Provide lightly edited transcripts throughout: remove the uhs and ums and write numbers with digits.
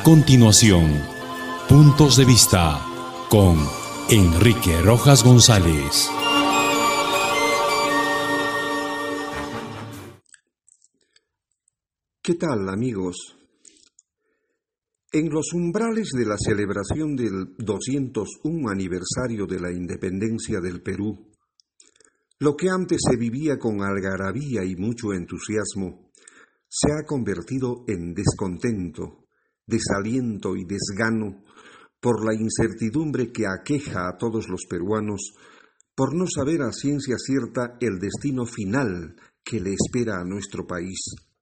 continuación, Puntos de Vista con Enrique Rojas González. ¿Qué tal, amigos? En los umbrales de la celebración del 201 aniversario de la independencia del Perú, lo que antes se vivía con algarabía y mucho entusiasmo, se ha convertido en descontento, desaliento y desgano por la incertidumbre que aqueja a todos los peruanos por no saber a ciencia cierta el destino final que le espera a nuestro país.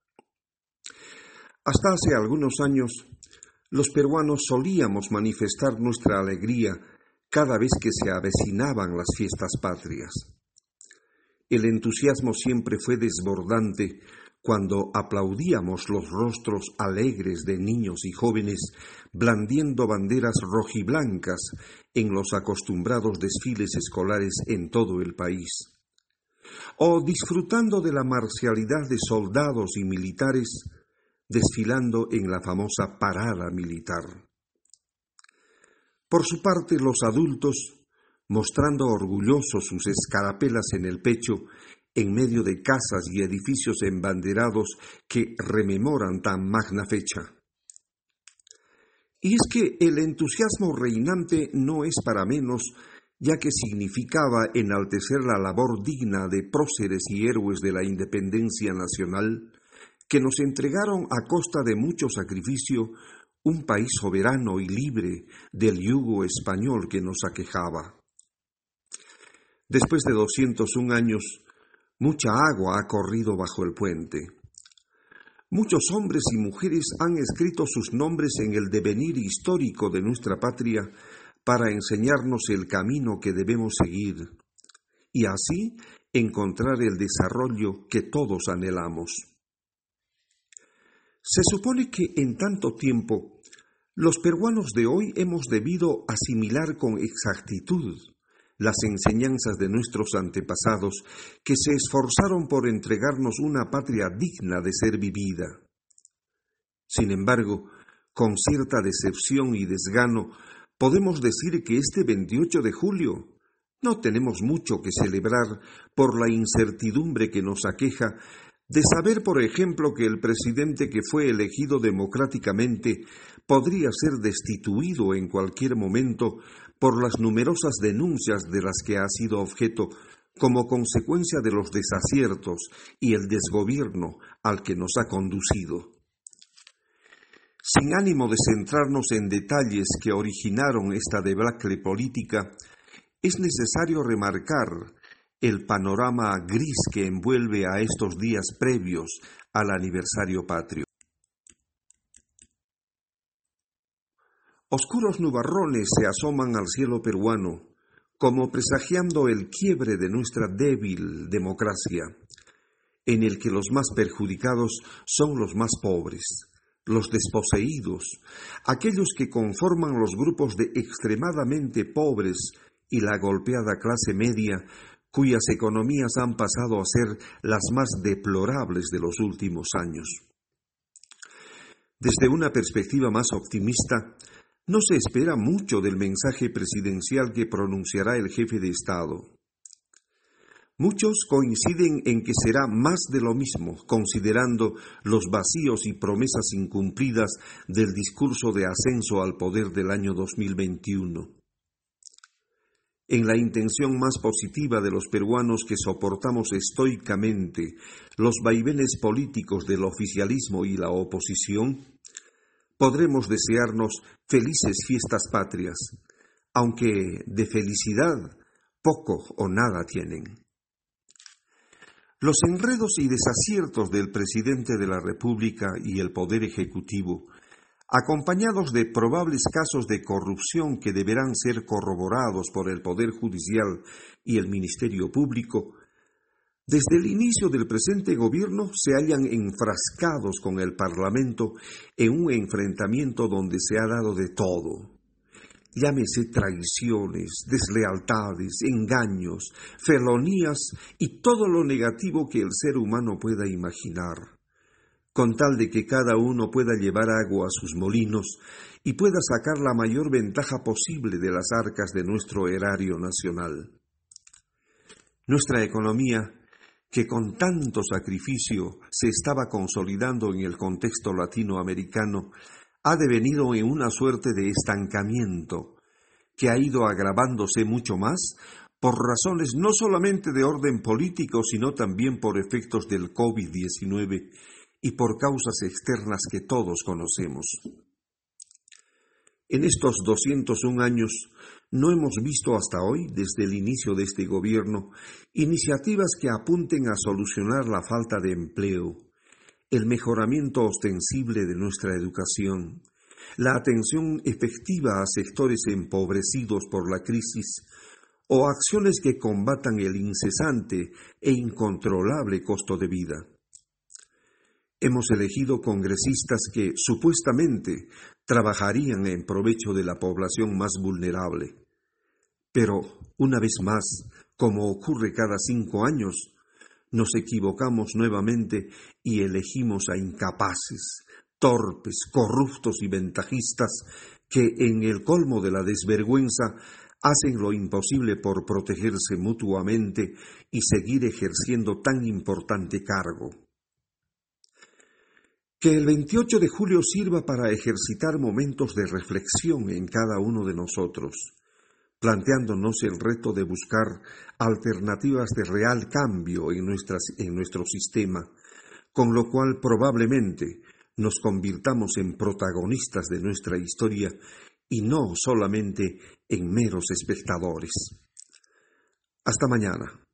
Hasta hace algunos años, los peruanos solíamos manifestar nuestra alegría cada vez que se avecinaban las fiestas patrias. El entusiasmo siempre fue desbordante cuando aplaudíamos los rostros alegres de niños y jóvenes blandiendo banderas rojiblancas en los acostumbrados desfiles escolares en todo el país, o disfrutando de la marcialidad de soldados y militares desfilando en la famosa parada militar. Por su parte, los adultos, mostrando orgullosos sus escarapelas en el pecho, en medio de casas y edificios embanderados que rememoran tan magna fecha. Y es que el entusiasmo reinante no es para menos, ya que significaba enaltecer la labor digna de próceres y héroes de la independencia nacional, que nos entregaron a costa de mucho sacrificio un país soberano y libre del yugo español que nos aquejaba. Después de 201 años, mucha agua ha corrido bajo el puente. Muchos hombres y mujeres han escrito sus nombres en el devenir histórico de nuestra patria para enseñarnos el camino que debemos seguir y así encontrar el desarrollo que todos anhelamos. Se supone que en tanto tiempo, los peruanos de hoy hemos debido asimilar con exactitud las enseñanzas de nuestros antepasados que se esforzaron por entregarnos una patria digna de ser vivida. Sin embargo, con cierta decepción y desgano, podemos decir que este 28 de julio no tenemos mucho que celebrar por la incertidumbre que nos aqueja de saber, por ejemplo, que el presidente que fue elegido democráticamente podría ser destituido en cualquier momento por las numerosas denuncias de las que ha sido objeto como consecuencia de los desaciertos y el desgobierno al que nos ha conducido. Sin ánimo de centrarnos en detalles que originaron esta debacle política, es necesario remarcar el panorama gris que envuelve a estos días previos al aniversario patrio. Oscuros nubarrones se asoman al cielo peruano, como presagiando el quiebre de nuestra débil democracia, en el que los más perjudicados son los más pobres, los desposeídos, aquellos que conforman los grupos de extremadamente pobres y la golpeada clase media, cuyas economías han pasado a ser las más deplorables de los últimos años. Desde una perspectiva más optimista, no se espera mucho del mensaje presidencial que pronunciará el jefe de Estado. Muchos coinciden en que será más de lo mismo, considerando los vacíos y promesas incumplidas del discurso de ascenso al poder del año 2021. En la intención más positiva de los peruanos que soportamos estoicamente los vaivenes políticos del oficialismo y la oposición, podremos desearnos felices fiestas patrias, aunque de felicidad poco o nada tienen. Los enredos y desaciertos del presidente de la República y el Poder Ejecutivo, acompañados de probables casos de corrupción que deberán ser corroborados por el Poder Judicial y el Ministerio Público, desde el inicio del presente gobierno se hallan enfrascados con el Parlamento en un enfrentamiento donde se ha dado de todo. Llámese traiciones, deslealtades, engaños, felonías y todo lo negativo que el ser humano pueda imaginar, con tal de que cada uno pueda llevar agua a sus molinos y pueda sacar la mayor ventaja posible de las arcas de nuestro erario nacional. Nuestra economía, que con tanto sacrificio se estaba consolidando en el contexto latinoamericano, ha devenido en una suerte de estancamiento, que ha ido agravándose mucho más por razones no solamente de orden político, sino también por efectos del COVID-19 y por causas externas que todos conocemos. En estos 201 años no hemos visto hasta hoy, desde el inicio de este gobierno, iniciativas que apunten a solucionar la falta de empleo, el mejoramiento ostensible de nuestra educación, la atención efectiva a sectores empobrecidos por la crisis o acciones que combatan el incesante e incontrolable costo de vida. Hemos elegido congresistas que, supuestamente, trabajarían en provecho de la población más vulnerable. Pero, una vez más, como ocurre cada 5 años, nos equivocamos nuevamente y elegimos a incapaces, torpes, corruptos y ventajistas que, en el colmo de la desvergüenza, hacen lo imposible por protegerse mutuamente y seguir ejerciendo tan importante cargo. Que el 28 de julio sirva para ejercitar momentos de reflexión en cada uno de nosotros, planteándonos el reto de buscar alternativas de real cambio en nuestro sistema, con lo cual probablemente nos convirtamos en protagonistas de nuestra historia y no solamente en meros espectadores. Hasta mañana.